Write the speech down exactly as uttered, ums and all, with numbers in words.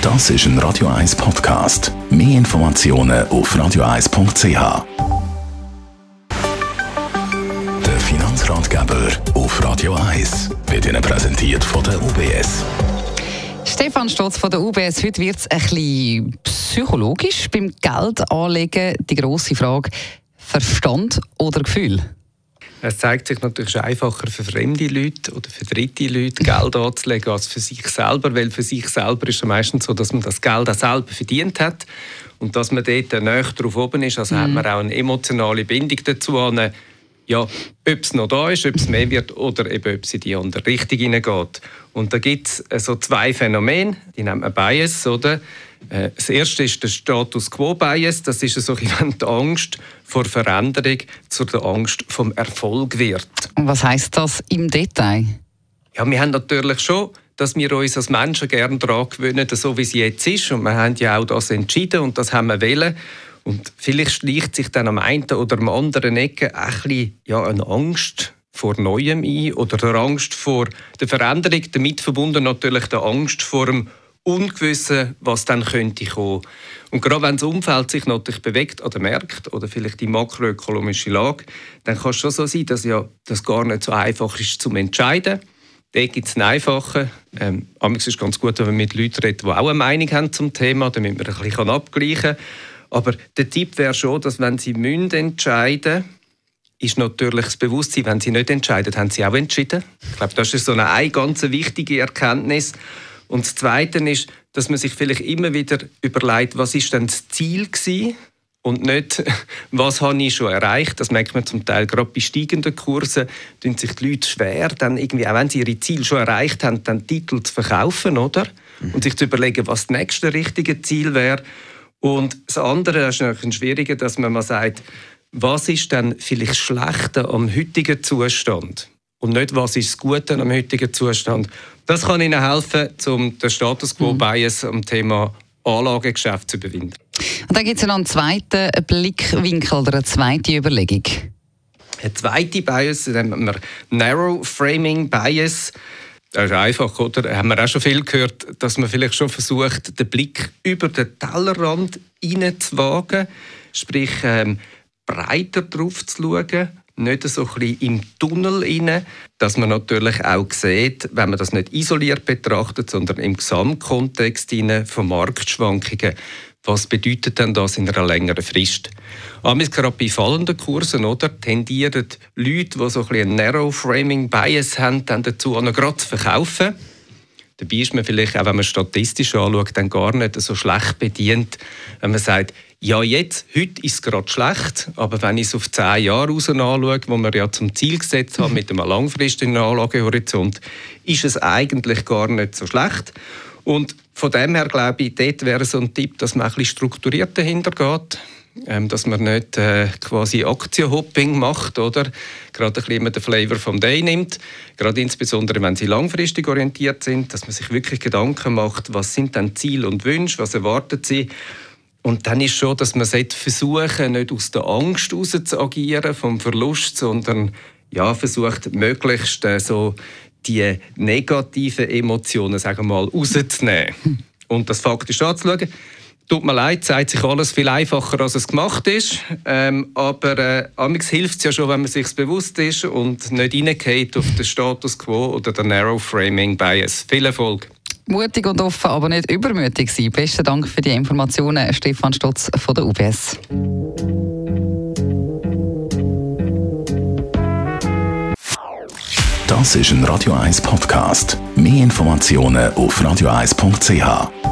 Das ist ein Radio eins Podcast. Mehr Informationen auf radio eins punkt c h. Der Finanzratgeber auf Radio eins wird Ihnen präsentiert von der U B S. Stefan Stotz von der U B S. Heute wird es ein bisschen psychologisch beim Geldanlegen. Die grosse Frage: Verstand oder Gefühl? Es zeigt sich natürlich schon einfacher für fremde Leute oder für dritte Leute Geld anzulegen als für sich selber, weil für sich selber ist es meistens so, dass man das Geld auch selber verdient hat und dass man dort näher drauf oben ist. Also mm. hat man auch eine emotionale Bindung dazu, an, ja, ob es noch da ist, ob es mehr wird oder eben, ob es in die andere Richtung hineingeht. Und da gibt es so zwei Phänomene, die nennt man Bias, oder? Das erste ist der Status Quo Bias. Das ist eine sogenannte Angst vor Veränderung zu der Angst vom Erfolg wird. Und was heisst das im Detail? Ja, wir haben natürlich schon, dass wir uns als Menschen gerne daran gewöhnen, so wie es jetzt ist. Und wir haben ja auch das entschieden und das haben wir wollen. Und vielleicht schleicht sich dann am einen oder am anderen Ecke ein bisschen, ja, eine Angst vor Neuem ein oder der Angst vor der Veränderung, damit verbunden natürlich der Angst vor dem Ungewissen, was dann könnte kommen. Und gerade wenn das Umfeld sich natürlich bewegt an den Märkten oder vielleicht die makroökonomische Lage, dann kann es schon so sein, dass ja das gar nicht so einfach ist zum Entscheiden. Da gibt es einen einfachen. Ähm, es ist ganz gut, wenn man mit Leuten redet, die auch eine Meinung haben zum Thema, damit man ein bisschen abgleichen kann. Aber der Tipp wäre schon, dass wenn Sie müssen entscheiden müssen, ist natürlich das Bewusstsein, wenn Sie nicht entscheiden, haben Sie auch entschieden. Ich glaube, das ist so eine, eine ganz wichtige Erkenntnis. Und das Zweite ist, dass man sich vielleicht immer wieder überlegt, was ist denn das Ziel gewesen und nicht, was habe ich schon erreicht. Das merkt man zum Teil gerade bei steigenden Kursen, tun sich die Leute schwer, dann irgendwie, auch wenn sie ihre Ziele schon erreicht haben, dann Titel zu verkaufen, oder? Mhm. Und sich zu überlegen, was das nächste richtige Ziel wäre. Und das andere, das ist natürlich ein schwieriger, dass man mal sagt, was ist denn vielleicht Schlechte am heutigen Zustand? Und nicht, was ist das Gute am heutigen Zustand. Das kann Ihnen helfen, um den Status Quo Bias am Thema Anlagegeschäft zu überwinden. Und dann gibt es noch einen zweiten Blickwinkel oder eine zweite Überlegung. Eine zweite Bias nennt man Narrow Framing Bias. Das ist einfach, oder? Da haben wir auch schon viel gehört, dass man vielleicht schon versucht, den Blick über den Tellerrand hineinzuwagen, sprich ähm, breiter drauf zu schauen. Nicht so ein bisschen im Tunnel rein, dass man natürlich auch sieht, wenn man das nicht isoliert betrachtet, sondern im Gesamtkontext von Marktschwankungen, was bedeutet denn das in einer längeren Frist? Amigs gerade bei fallenden Kursen, oder, tendieren Leute, die so ein bisschen einen Narrow Framing Bias haben, dann dazu, gerade zu verkaufen. Dabei ist man vielleicht, auch wenn man statistisch anschaut, dann gar nicht so schlecht bedient, wenn man sagt, ja, jetzt, heute ist es gerade schlecht, aber wenn ich es auf zehn Jahre raus anschaue, wo wir ja zum Ziel gesetzt haben mit einem langfristigen Anlagehorizont, ist es eigentlich gar nicht so schlecht. Und von dem her glaube ich, dort wäre so ein Tipp, dass man ein bisschen strukturiert dahinter geht, ähm, dass man nicht äh, quasi Aktienhopping macht, oder? Gerade ein bisschen den Flavor vom Day nimmt, gerade insbesondere, wenn sie langfristig orientiert sind, dass man sich wirklich Gedanken macht, was sind denn Ziele und Wünsche, was erwartet sie. Und dann ist schon, dass man versuchen, nicht aus der Angst heraus zu agieren, vom Verlust, sondern ja, versucht, möglichst äh, so die negativen Emotionen, sagen wir mal, rauszunehmen. Und das faktisch anzuschauen. Tut mir leid, zeigt sich alles viel einfacher, als es gemacht ist. Ähm, aber äh, amigs hilft es ja schon, wenn man sich bewusst ist und nicht reingeht auf den Status Quo oder den Narrow Framing Bias. Viel Erfolg! Mutig und offen, aber nicht übermütig sein. Besten Dank für die Informationen, Stefan Stotz von der U B S. Das ist ein Radio eins Podcast. Mehr Informationen auf radio eins punkt c h.